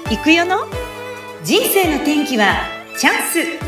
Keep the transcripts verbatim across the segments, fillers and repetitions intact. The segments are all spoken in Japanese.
行くよの人生の転機はチャンス。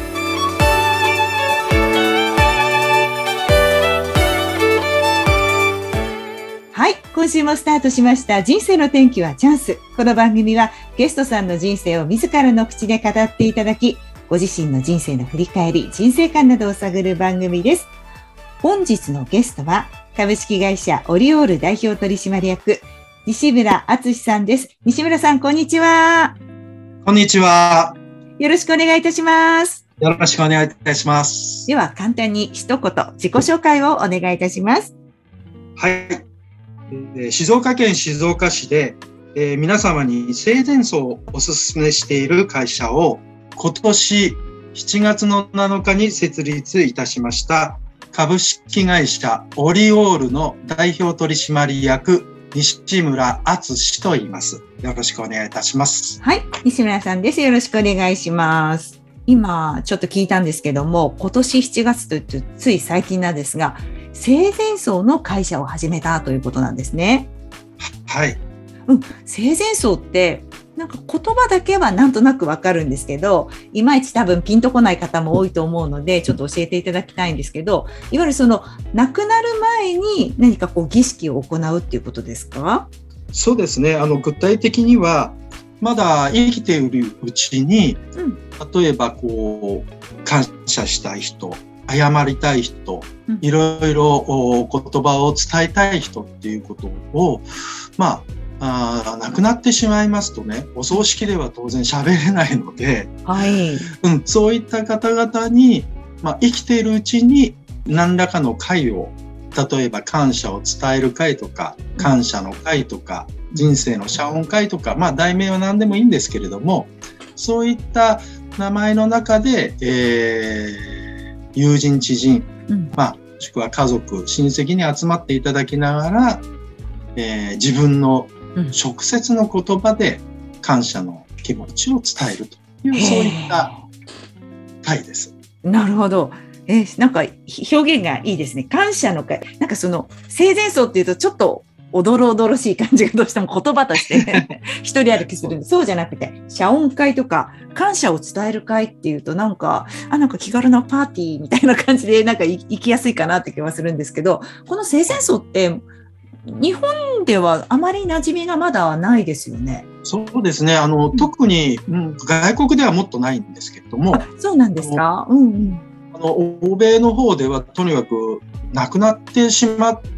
はい、今週もスタートしました人生の転機はチャンス。この番組はゲストさんの人生を自らの口で語っていただき、ご自身の人生の振り返り、人生観などを探る番組です。本日のゲストは株式会社オリオール代表取締役西村敦さんです。西村さん、こんにちは。 こんにちは。 よろしくお願いいたします。 よろしくお願いいたします。 では簡単に一言自己紹介をお願いいたします。 はい、えー、静岡県静岡市で、えー、皆様に生前葬をお勧めしている会社を今年しちがつのなのかに設立いたしました株式会社オリオールの代表取締役西村敦と言います。よろしくお願いいたします。 はい、西村さんです。よろしくお願いします。今ちょっと聞いたんですけども、今年しちがつというとつい最近なんですが、生前葬の会社を始めたということなんですね。 はい、 うん、生前葬ってなんか言葉だけはなんとなくわかるんですけど、いまいち多分ピンとこない方も多いと思うので、ちょっと教えていただきたいんですけど、いわゆるその亡くなる前に何かこう儀式を行うっていうことですか？ そうですね。あの具体的にはまだ生きているうちに、うん、例えばこう感謝したい人、謝りたい人、うん、いろいろ言葉を伝えたい人っていうことを、まああ亡くなってしまいますとね、お葬式では当然喋れないので、 はいうん、そういった方々に、まあ、生きているうちに何らかの会を、例えば感謝を伝える会とか、感謝の会とか、うん、人生の謝恩会とか、まあ題名は何でもいいんですけれども、そういった名前の中で、えー、友人知人、うん、まあ、もしくは家族親戚に集まっていただきながら、えー、自分の直接の言葉で感謝の気持ちを伝えるという、そういった会です。 なるほど。えー、なんか表現がいいですね。感謝の会。なんかその生前葬っていうとちょっとおどろおどろしい感じがどうしても言葉として一人歩きするんで、そうじゃなくて謝恩会とか感謝を伝える会っていうとなんかあなんか気軽なパーティーみたいな感じでなんか行きやすいかなって気はするんですけど、この生前葬って日本ではあまり馴染みがまだないですよね。 そうですね。あの、うん、特に、うん、外国ではもっとないんですけれども。 あ、そうなんですか。うんうん。 あの、欧米の方ではとにかく亡くなってしまって、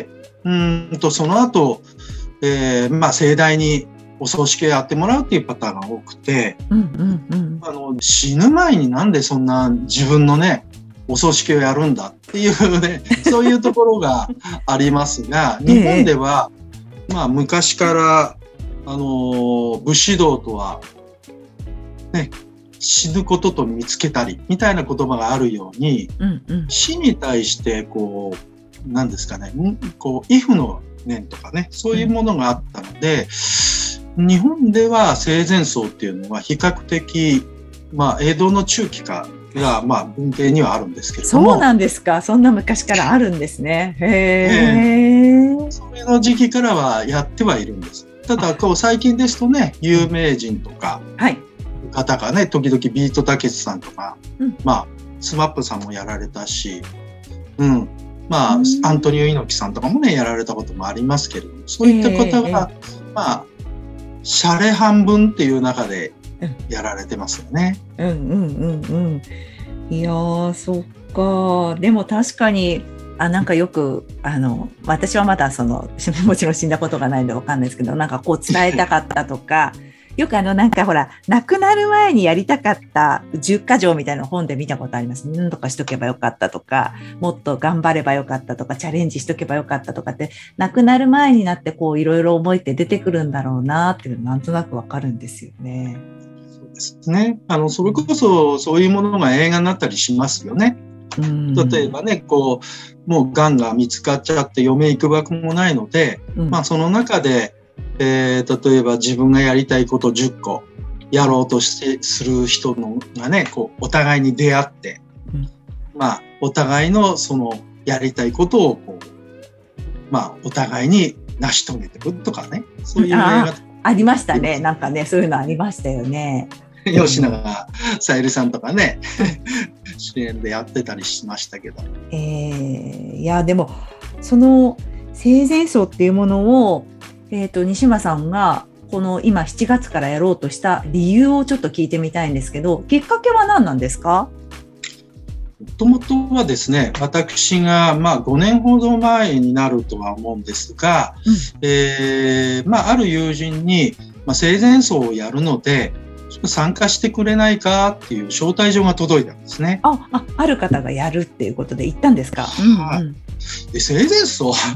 うんとその後、えー、まあ盛大にお葬式をやってもらうっていうパターンが多くて、うんうんうん、あの死ぬ前になんでそんな自分のねお葬式をやるんだっていうね、そういうところがありますが、日本では、ええ、まあ昔からあの武士道とはね、死ぬことと見つけたりみたいな言葉があるように、うんうん、死に対してこうなんですかね、こう畏怖の念とかね、そういうものがあったので、うん、日本では生前葬っていうのは比較的、まあ江戸の中期かが、まあ、文献にはあるんですけれども。 そうなんですか。そんな昔からあるんですね。へー。 それの時期からはやってはいるんです。ただ、こう最近ですとね、有名人とか、はい、方がね、時々ビートたけしさんとか、うん、まあ、スマップさんもやられたし、うん、まあ、アントニオ猪木さんとかもね、やられたこともありますけれども、そういった方が、まあ、シャレ半分っていう中で、やられてますよね。 うんうんうんうん。いやー、そっか。でも確かにあなんかよくあの私はまだそのもちろん死んだことがないのでわかんないですけど、なんかこう伝えたかったとかよくあのなんかほら亡くなる前にやりたかったじゅっか条みたいな本で見たことあります。なんとかしとけばよかったとか、もっと頑張ればよかったとか、チャレンジしとけばよかったとかって、亡くなる前になってこういろいろ思いって出てくるんだろうなっていうのなんとなくわかるんですよね。 ですね。あの、それこそそういうものが映画になったりしますよね。うん、例えばね、こう、もう癌が見つかっちゃって余命いくばくもないので、うん、まあその中で、えー、例えば自分がやりたいことじゅっこやろうとしてする人のがね、こう、お互いに出会って、うん、まあお互いのそのやりたいことをこう、まあお互いに成し遂げていくとかね、そういう映画ありましたね。なんかね、そういうのありましたよね。 吉永小百合さんとかね、主演でやってたりしましたけど。 えー、いや、でも、その生前葬っていうものを、えっと、西村さんが、この今しちがつからやろうとした理由をちょっと聞いてみたいんですけど、きっかけは何なんですか？ もともとはですね、私がまあごねんほど前になるとは思うんですが、うん、えー、まあある友人に、まあ、生前葬をやるので参加してくれないかっていう招待状が届いたんですね。 あ、あ、ある方がやるっていうことで行ったんですか？ はい、うんうん、で生前葬って、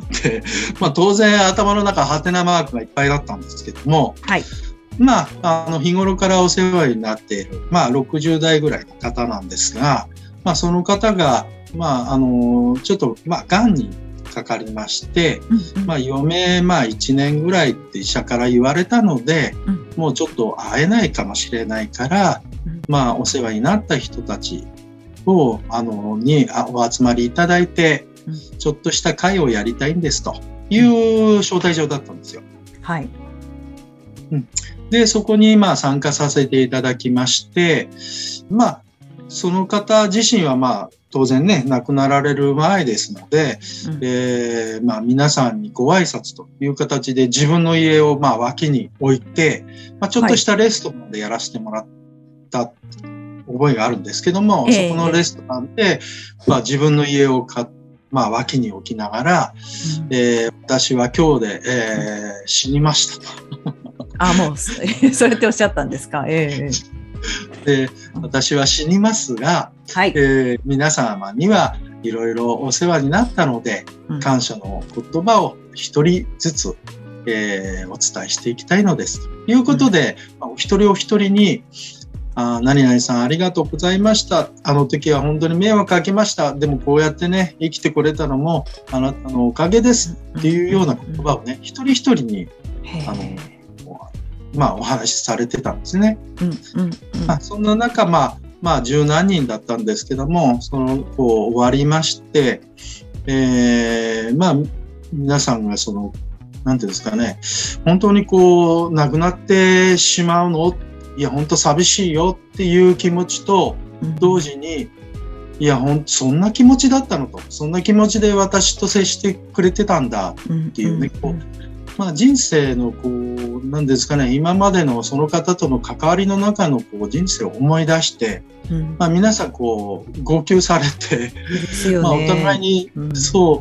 まあ、当然頭の中ハテナマークがいっぱいだったんですけども、 はい、 まあ、あの日頃からお世話になっている、まあ、ろくじゅう代ぐらいの方なんですが、まあ、その方が、まあ、あのちょっと、まあ、がんにかかりまして、うんうん、まあ、余命、まあ、いちねんぐらいって医者から言われたので、うん、もうちょっと会えないかもしれないから、うん、まあ、お世話になった人たちをあのにお集まりいただいて、うん、ちょっとした会をやりたいんですという招待状だったんですよ。 はい。 うん、でそこにまあ参加させていただきまして、まあその方自身はまあ当然ね亡くなられる前ですので、うん、えー、まあ皆さんにご挨拶という形で自分の家をまあ脇に置いて、まあ、ちょっとしたレストランでやらせてもらった覚えがあるんですけども、えー、そこのレストランで、まあ、自分の家を買ってまあ、脇に置きながら、うん、えー、私は今日で、えー、死にましたと。 あ、もうそうやっておっしゃったんですか。えー、で私は死にますが、はい、えー、皆様にはいろいろお世話になったので、うん、感謝の言葉を一人ずつ、えー、お伝えしていきたいのですということで、うん、お一人お一人にあ何々さんありがとうございました。あの時は本当に迷惑かけました。でもこうやってね、生きてこれたのもあなたのおかげですっていうような言葉をね、一人一人にあの、まあ、お話しされてたんですね。うんうんうん、まあ、そんな中、まあ、まあ、十何人だったんですけども、そのこう終わりまして、えー、まあ、皆さんがその、なんていうんですかね、本当にこう、亡くなってしまうのいや、本当寂しいよっていう気持ちと、同時に、うん、いや、ほんとそんな気持ちだったのと、そんな気持ちで私と接してくれてたんだっていうね、こう、まあ人生のこう、なんですかね、今までのその方との関わりの中のこう人生を思い出して、うん、まあ皆さんこう、号泣されて、まあお互いに、うん、そう、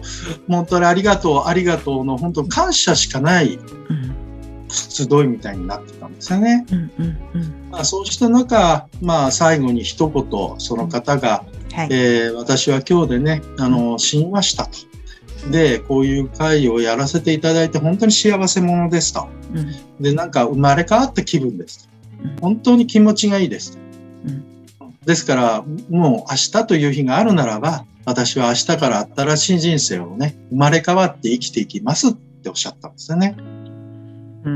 本当にありがとう、ありがとうの本当感謝しかない、うん集いみたいになってたんですよね。うんうんうんまあ、そうした中、まあ、最後に一言その方が、うんはいえー、私は今日でねあの死にましたと。でこういう会をやらせていただいて本当に幸せ者ですと。うん、でなんか生まれ変わった気分ですと。本当に気持ちがいいですと。うん、ですからもう明日という日があるならば私は明日から新しい人生をね生まれ変わって生きていきますっておっしゃったんですよね。うん、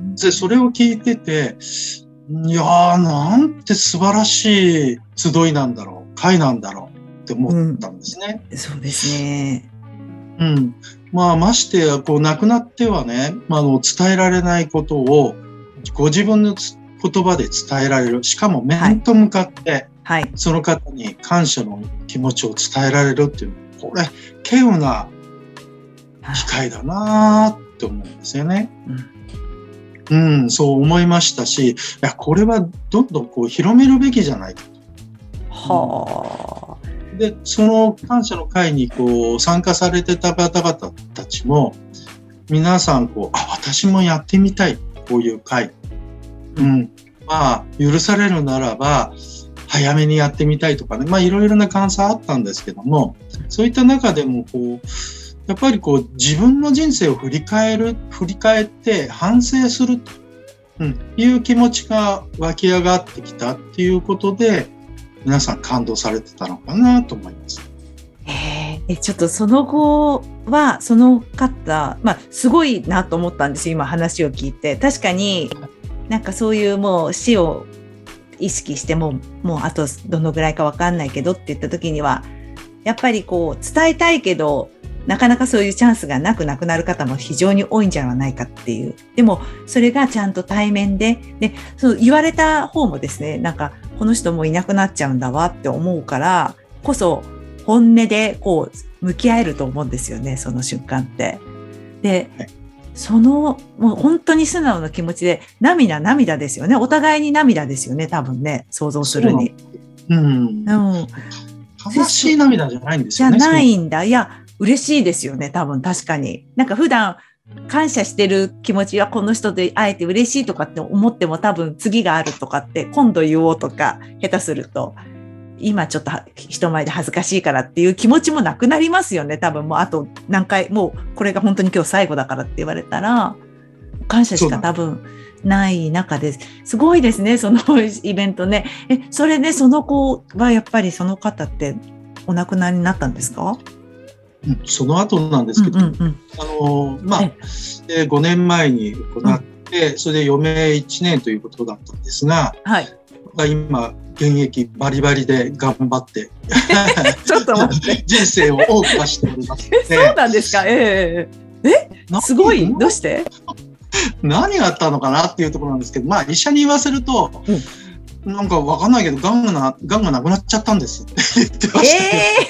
でそれを聞いてていやーなんて素晴らしい集いなんだろう会なんだろうって思ったんですね、 うん、そうですね、 うん、まあましてやこう亡くなってはね、まあ、あの伝えられないことをご自分の言葉で伝えられるしかも面と向かって、はいはい、その方に感謝の気持ちを伝えられるっていうこれ稀有な機会だなーと思うんですよね、うん、うん、そう思いましたし、いやこれはどんどんこう広めるべきじゃないかと。はあ、うん、でその感謝の会にこう参加されてた方々たちも皆さんこうあ私もやってみたいこういう会、うん、まあ許されるならば早めにやってみたいとかね、まあいろいろな感想あったんですけども、そういった中でもこうやっぱりこう自分の人生を振り返る、振り返って反省すると、うん、いう気持ちが湧き上がってきたっていうことで、皆さん感動されてたのかなと思います。 えー、ちょっとその後は、その方、まあすごいなと思ったんですよ、今話を聞いて。確かになんかそういうもう死を意識しても、もうあとどのぐらいかわかんないけどって言った時には、やっぱりこう伝えたいけど、 なかなかそういうチャンスがなくなくなる方も非常に多いんじゃないかっていう。でも、それがちゃんと対面で、で、そう言われた方もですね、なんか、この人もいなくなっちゃうんだわって思うからこそ、本音でこう、向き合えると思うんですよね、その瞬間って。で、はい、その、もう本当に素直な気持ちで、涙、涙ですよね。お互いに涙ですよね、多分ね、想像するに。 うん。うん。悲しい涙じゃないんですよね。 じゃないんだ。いや、嬉しいですよね、多分、確かに。なんか普段、感謝してる気持ちはこの人で会えて嬉しいとかって思っても多分次があるとかって今度言おうとか下手すると今ちょっと人前で恥ずかしいからっていう気持ちもなくなりますよね。多分もうあと何回もうこれが本当に今日最後だからって言われたら感謝しか多分ない中です。すごいですね、そのイベントね。え、それでその子はやっぱりその方ってお亡くなりになったんですか？ その後なんですけど、うんうんうん、あのまあ、えー、ごねんまえに行って、うん、それで余命いちねんということだったんですが、 はい、 今現役バリバリで頑張ってちょっと待って人生を謳歌しておりますので。 そうなんですか？えー、えすごい。どうして何があったのかなっていうところなんですけど、まあ医者に言わせると、うん、なんかわかんないけど、がんがな、がんがなくなっちゃったんですって言ってました、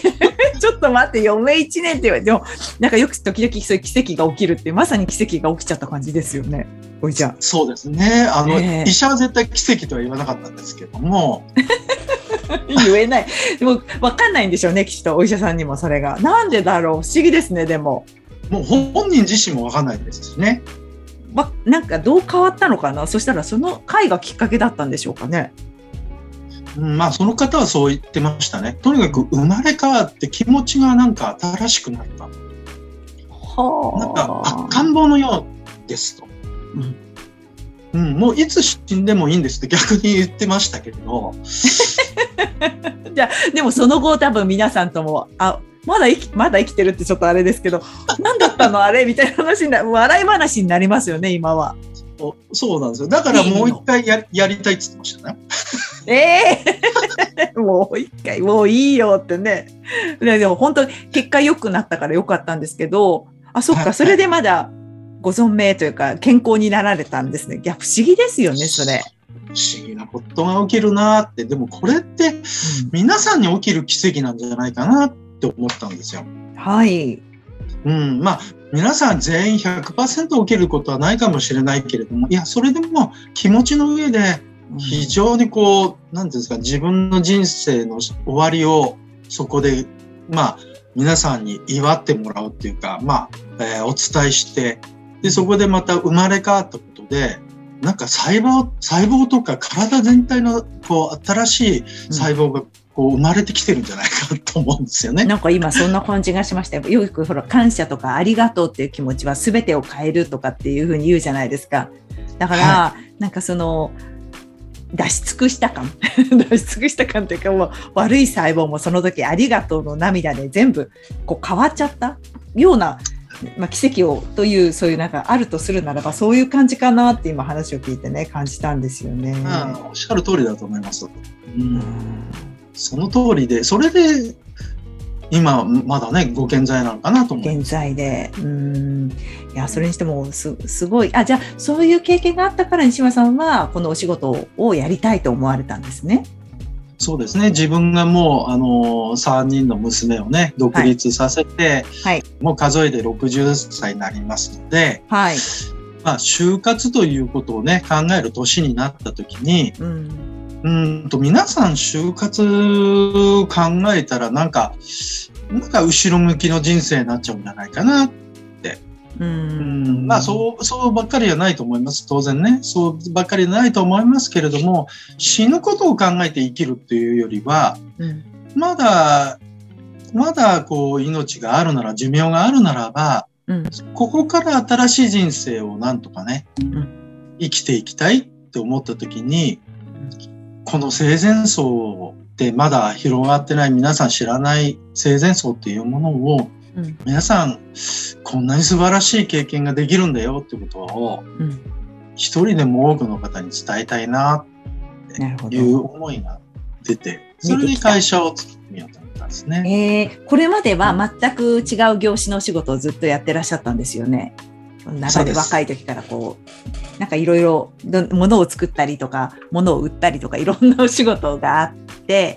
ね。 えー、ちょっと待って、余命いちねんって言われても、なんかよく時々そういう奇跡が起きるって、まさに奇跡が起きちゃった感じですよね。おいちゃん。 そうですね。あの、えー、医者は絶対奇跡とは言わなかったんですけども。 言えない。でも、わかんないんでしょうね、きっとお医者さんにもそれが。なんでだろう、不思議ですね、でも。 もう本人自身もわかんないですしね。 ま、なんかどう変わったのかな。そしたらその回がきっかけだったんでしょうかね。 まあその方はそう言ってましたね。とにかく生まれ変わって気持ちがなんか新しくなった。はあ。なんか赤ん坊のようですと。うん。うん、もういつ死んでもいいんですって逆に言ってましたけど。 じゃあでもその後多分皆さんともあまだ生きまだ生きてるってちょっとあれですけど、何だったのあれみたいな話になる笑い話になりますよね今は。 そうなんですよ。だからもう一回 や, やりたいって言ってましたね。 えー、もう一回もういいよってね。でも本当結果良くなったから良かったんですけど、あそっかそれでまだご存命というか健康になられたんですね。いや不思議ですよねそれ。 不思議なことが起きるなって。でもこれって皆さんに起きる奇跡なんじゃないかなって思ったんですよ。 はい。 うん、まあ皆さん全員 ひゃくパーセント 起きることはないかもしれないけれども、いやそれでも気持ちの上で非常にこう、うん、なんていうんですか、自分の人生の終わりをそこでまあ皆さんに祝ってもらうっていうか、まあ、えー、お伝えして、でそこでまた生まれ変わったことで。なんか細胞、細胞とか体全体のこう新しい細胞がこう生まれてきてるんじゃないかと思うんですよね。 なんか今そんな感じがしましたよ。よくほら感謝とかありがとうっていう気持ちは全てを変えるとかっていうふうに言うじゃないですか。だから、はい、なんかその出し尽くした感出し尽くした感っていうかもう悪い細胞もその時ありがとうの涙で全部こう変わっちゃったような。まあ、奇跡をというそういうなんかあるとするならばそういう感じかなって今話を聞いてね感じたんですよね。 ああおっしゃる通りだと思います。うん、その通りでそれで今まだねご健在なのかなと思います。 現在でうんいやそれにしても す, すごいあじゃあそういう経験があったから西村さんはこのお仕事をやりたいと思われたんですね。 そうですね。自分がもう、あの、さんにんの娘をね、独立させて、はい、もう数えでろくじゅっさいになりますので、はい、まあ、就活ということをね、考える年になった時に、うん、うんと皆さん就活考えたらなんか、なんか後ろ向きの人生になっちゃうんじゃないかなって。うん、まあそう、そうばっかりはないと思います。当然ね。そうばっかりはないと思いますけれども、死ぬことを考えて生きるっていうよりは、うん、まだ、まだこう命があるなら、寿命があるならば、うん、ここから新しい人生をなんとかね、うん、生きていきたいって思った時に、この生前葬ってまだ広がってない皆さん知らない生前葬っていうものを、うん、皆さんこんなに素晴らしい経験ができるんだよってことを、うん、一人でも多くの方に伝えたいなっていう思いが出て、それで会社を作ってみようと思って。 ったんですね。 えー、これまでは全く違う業種のお仕事をずっとやってらっしゃったんですよね。中で若い時からこう、なんかいろいろ物を作ったりとか、物を売ったりとかいろんなお仕事があって、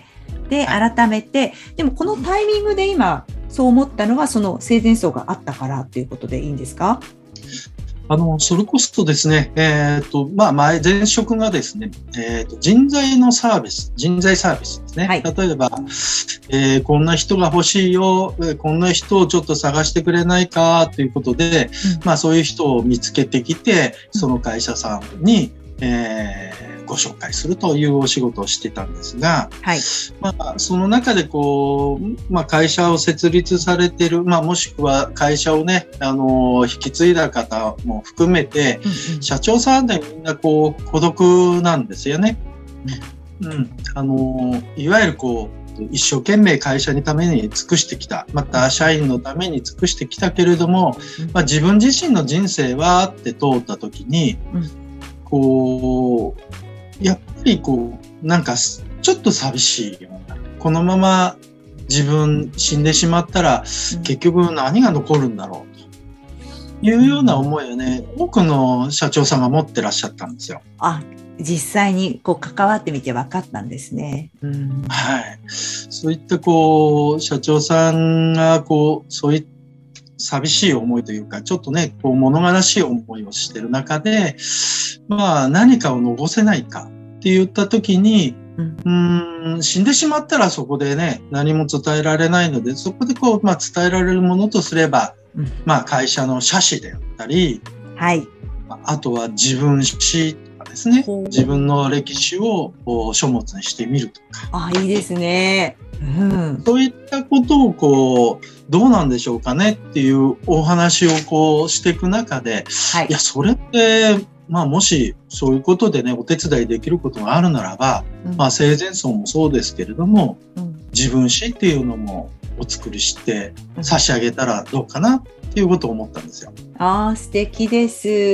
で、改めて、はい、でもこのタイミングで今そう思ったのはその生前葬があったからっていうことでいいんですか？ あの、それこそですね、えっと、まあ、前、前職がですね、えっと、人材のサービス、人材サービスですね。はい、例えば、えー、こんな人が欲しいよ、こんな人をちょっと探してくれないかということで、うん、まあ、そういう人を見つけてきて、その会社さんに、えー、ご紹介するというお仕事をしてたんですが、はい、まあ、その中でこう、まあ、会社を設立されている、まあ、もしくは会社をね、あの、引き継いだ方も含めて、うんうん、社長さんでみんなこう、孤独なんですよね。うん。あの、いわゆるこう、一生懸命会社のために尽くしてきた。また、社員のために尽くしてきたけれども、まあ、自分自身の人生はって通った時に、うんこう、やっぱりこう、なんかちょっと寂しいような。このまま自分死んでしまったら、結局何が残るんだろうというような思いをね、多くの社長さんが持ってらっしゃったんですよ。 あ、実際にこう関わってみて分かったんですね。うん、 はい。そういったこう、社長さんがこう、そういった寂しい思いというか、ちょっとね、こう物悲しい思いをしている中で、まあ何かを残せないかって言った時に、うん、うーん死んでしまったらそこでね、何も伝えられないので、そこでこう、まあ伝えられるものとすれば、うん、まあ会社の社史であったり、 はい。 あとは自分史とかですね、自分の歴史を書物にしてみるとか。 あ、いいですね。うん、 そういったことをこうどうなんでしょうかねっていうお話をこうしていく中で、はい、いやそれってまあもしそういうことでねお手伝いできることがあるならば、うん、まあ生前葬もそうですけれども、うん、自分史っていうのもお作りして差し上げたらどうかなっていうことを思ったんですよ。 ああ、素敵です。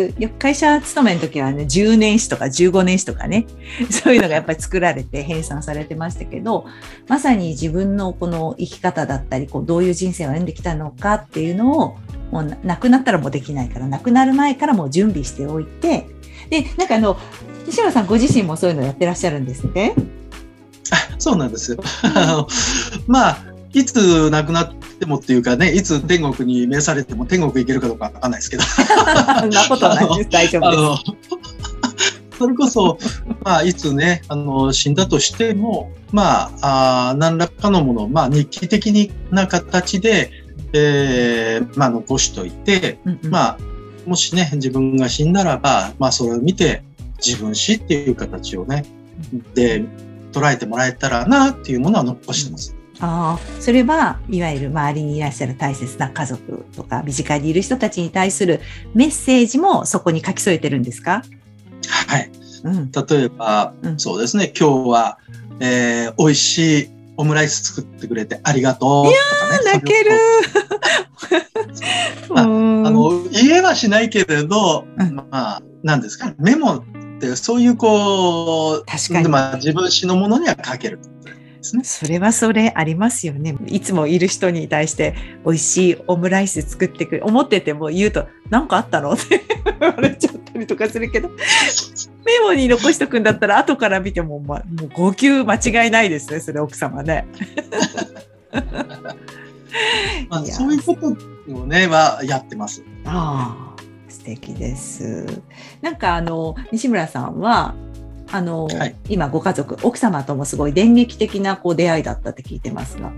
よく会社勤めの時はね、じゅうねん史とかじゅうごねん史とかね、そういうのがやっぱり作られて編纂されてましたけど、まさに自分のこの生き方だったり、こうどういう人生を歩んできたのかっていうのを、もう亡くなったらもうできないから、亡くなる前からもう準備しておいて、で、なんかあの、西村さんご自身もそういうのやってらっしゃるんですね。 あ、そうなんですよ。まあ、いつ亡くなってもっていうかね、いつ天国に召されても天国行けるかどうかわかんないですけど。 そんなことないです。大丈夫です。 それこそ、まあ、いつね、あの、死んだとしても、まあ、あ何らかのものを、まあ、日記的な形で、えー、まあ、残しといて、うんうん、まあ、もしね、自分が死んだらば、まあ、それを見て、自分死っていう形をね、で、捉えてもらえたらな、っていうものは残してます。 ああ、それはいわゆる周りにいらっしゃる大切な家族とか身近にいる人たちに対するメッセージもそこに書き添えてるんですか？ はい。うん、例えば、うん、そうですね、今日は、えー、美味しいオムライス作ってくれてありがとうとかね。 いやー、泣ける。 まあ、あの、言えはしないけれど、うん、まあ、なんですか、メモってそういうこう、 確かに、 まあ、自分史のものには書ける。 それはそれありますよね。いつもいる人に対して美味しいオムライス作ってくれ、思ってても言うと何かあったのって言われちゃったりとかするけど、メモに残しとくんだったら後から見ても、ま、もう号泣間違いないですね、それ奥様ね。 まあ、そういうことをねはやってます。 ああ、素敵です。なんかあの西村さんはあの、はい、今ご家族奥様ともすごい電撃的なこう出会いだったって聞いてますが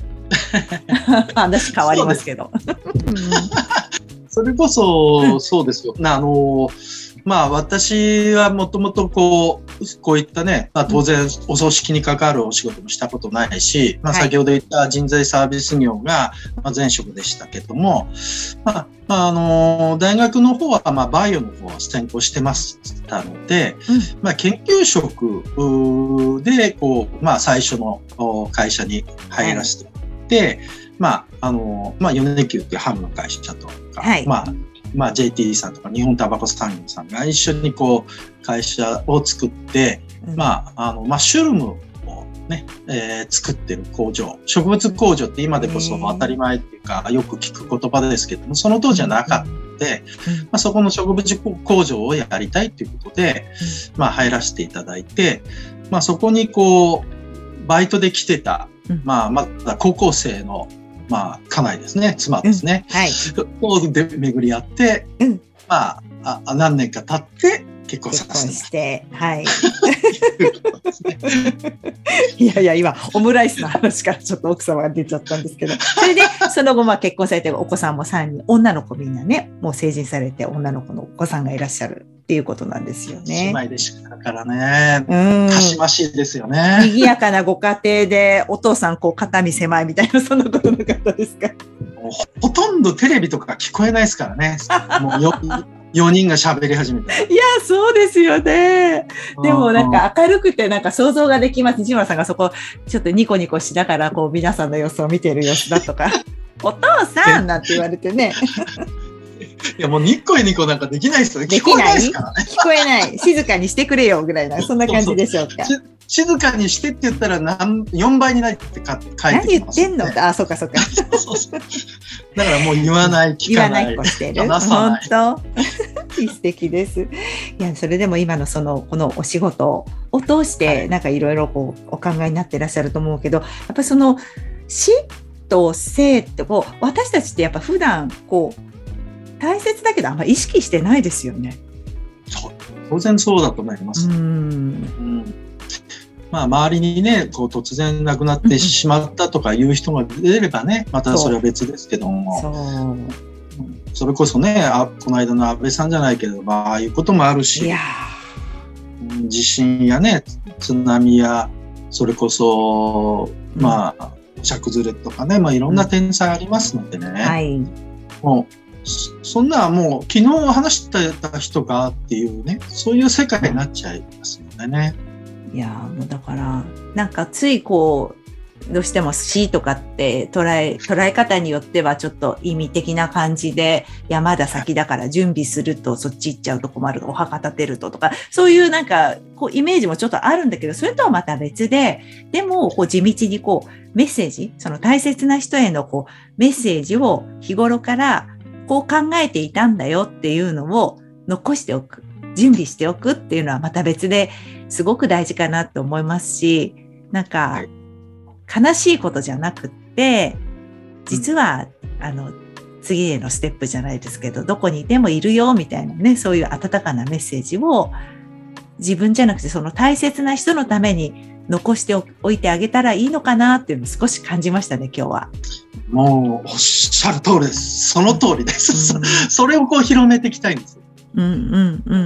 話変わりますけどそれこそそうですよ、うん、あのまあ私はもともとこうこういったね、まあ、当然お葬式に関わるお仕事もしたことないし、まあ、先ほど言った人材サービス業が前職でしたけども、まああの大学の方はまあバイオの方を専攻してましたので、うん、まあ、研究職でこう、まあ、最初の会社に入らせてもらって、はい、まああのまあ、米久っていうハムの会社とか、はい、まあまあ、ジェイティー さんとか日本タバコ産業さんが一緒にこう会社を作って、うん、まああのマッシュルームをね、えー作ってる工場、植物工場って今でこそ当たり前っていうか、よく聞く言葉ですけども、その当時はなかったので、まあ、そこの植物工場をやりたいということで、まあ、入らせていただいて、まあ、そこにこう、バイトで来てた、まあ、まだ高校生の、まあ、家内ですね、妻ですね。 うん、はい。 をで巡り合って、うん、まあ、あ、何年か経って結婚させて。 結婚して、はい。いやいや、今、オムライスの話からちょっと奥様が出ちゃったんですけど、それで、その後、まあ結婚されて、お子さんもさんにん、女の子みんなね、もう成人されて、女の子のお子さんがいらっしゃるっていうことなんですよね。 姉妹でしたからね。うん。たしましいですよね。 賑やかなご家庭で、お父さん、こう、肩身狭いみたいな、そんなことなかったですか？ もうほとんどテレビとか聞こえないですからね。もうよよにんが喋り始めた。いや、そうですよね。でもなんか明るくてなんか想像ができます。西村さんがそこちょっとニコニコしながらこう皆さんの様子を見ている様子だとか、お父さんなんて言われてね。 いやもうニッコニコなんかできないですよね。聞こえないですからね。 聞こえない。静かにしてくれよぐらいな、そんな感じでしょうか。 そうそう静かにしてって言ったら何よんばいになってか書いてきます、ね。 何言ってんの？あ、そうかそうか。 そうそうそうだからもう言わない、聞かない。 言わないっこしてる。本当素敵です。いや、それでも今のその、このお仕事を通して、なんかいろいろこう、お考えになっていらっしゃると思うけど、やっぱりその、死と生ってこう、私たちってやっぱ普段、こう、大切だけどあんまり意識してないですよね。 そう。当然そうだと思います。うんうんまあ、周りにね、こう突然亡くなってしまったとかいう人が出ればね、またそれは別ですけども、そ, それこそねあ、この間の安倍さんじゃないけど、まあ、ああいうこともあるし、いや地震やね、津波や、それこそ、まあ、土砂崩れとかね、まあ、いろんな天災ありますのでね、うんはい、もうそ、そんなもう、昨日話してた人がっていうね、そういう世界になっちゃいますのでね。 いやもうだからなんかついこうどうしても死とかって捉え捉え方によってはちょっと意味的な感じで、いやまだ先だから準備するとそっち行っちゃうと困る、お墓建てるととかそういうなんかこうイメージもちょっとあるんだけど、それとはまた別で、でもこう地道にこうメッセージ、その大切な人へのこうメッセージを日頃からこう考えていたんだよっていうのを残しておく、準備しておくっていうのはまた別ですごく大事かなって思いますし、なんか悲しいことじゃなくって、実はあの次へのステップじゃないですけど、どこにいてもいるよみたいなね、そういう温かなメッセージを自分じゃなくてその大切な人のために残しておいてあげたらいいのかなっていうのを少し感じましたね、今日は。 もうおっしゃる通りです。その通りです。うん、それをこう広めていきたいんです。 うんうんうんうん、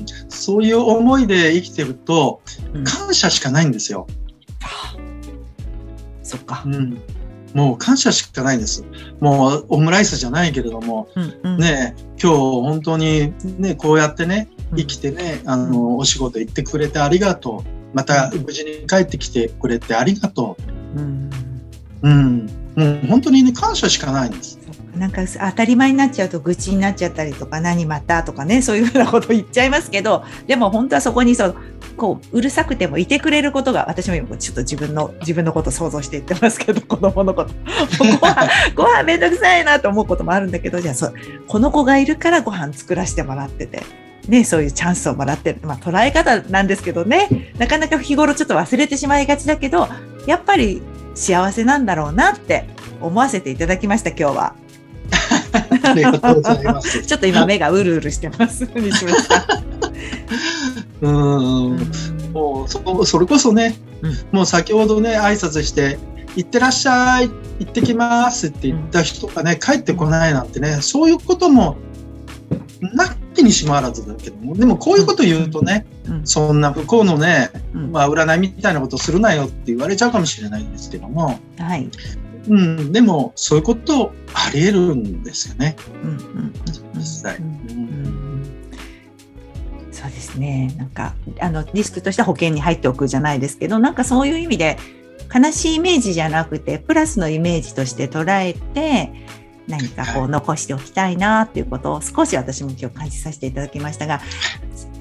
そういう思いで生きてると感謝しかないんですよ。 うん、そっか、 うん。もう感謝しかないんです。もうオムライスじゃないけれども、うんうん、ね今日本当にねこうやってね生きてね、うん、あのお仕事行ってくれてありがとう。また無事に帰ってきてくれてありがとう。うん、うん、もう本当にね感謝しかないんです。 なんか当たり前になっちゃうと愚痴になっちゃったりとか、何またとかね、そういうふうなこと言っちゃいますけど、でも本当はそこにそうこううるさくてもいてくれることが、私も今ちょっと自分の自分のことを想像して言ってますけど、子供のことご飯ご飯めんどくさいなと思うこともあるんだけど、じゃあそうこの子がいるからご飯作らせてもらっててね、そういうチャンスをもらってる、まあ捉え方なんですけどね、なかなか日頃ちょっと忘れてしまいがちだけど、やっぱり幸せなんだろうなって思わせていただきました、今日は。 ありがとうございます。 ちょっと今目がうるうるしてます。西村さん。うん。もう そ, それこそね、うん、もう先ほどね挨拶して行ってらっしゃい、行ってきますって言った人がね、うん、帰ってこないなんてね、そういうこともなきにしもあらずだけども、でもこういうこと言うとね、うん、そんな不幸のね、うん、まあ占いみたいなことするなよって言われちゃうかもしれないんですけども。はい。うん、でもそういうことあり得るんですよね。うんうん、実際、うん。 そうですね。なんかあのリスクとして保険に入っておくじゃないですけど、なんかそういう意味で悲しいイメージじゃなくてプラスのイメージとして捉えて何かこう残しておきたいなっていうことを少し私も今日感じさせていただきましたが、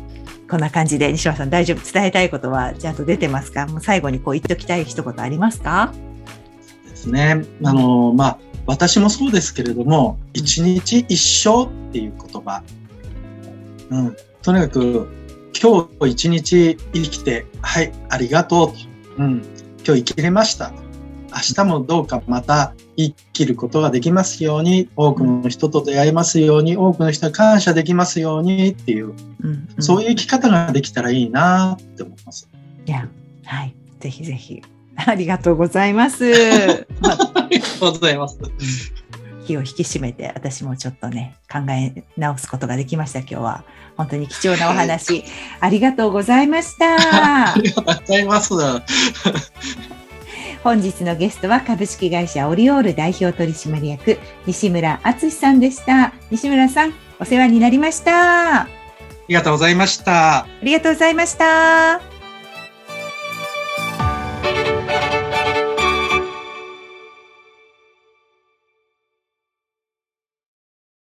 こんな感じで西村さん大丈夫、伝えたいことはちゃんと出てますか？もう最後にこう言っておきたい一言ありますか？ ですね。あの、まあ、私もそうですけれども、一日一生っていう言葉。うん。とにかく、今日一日生きて、はい、ありがとうと。うん。今日生きれました。明日もどうかまた生きることができますように、多くの人と出会えますように、多くの人に感謝できますようにっていう、うんうん、そういう生き方ができたらいいなって思います。 いや、はい。ぜひぜひ。ありがとうございます。 まあ、ありがとうございます。 気を引き締めて、私もちょっとね、考え直すことができました。今日は。本当に貴重なお話、はい、ありがとうございました。 ありがとうございます。 本日のゲストは株式会社オリオール代表取締役西村敦さんでした。西村さん、お世話になりました。 ありがとうございました。 ありがとうございました。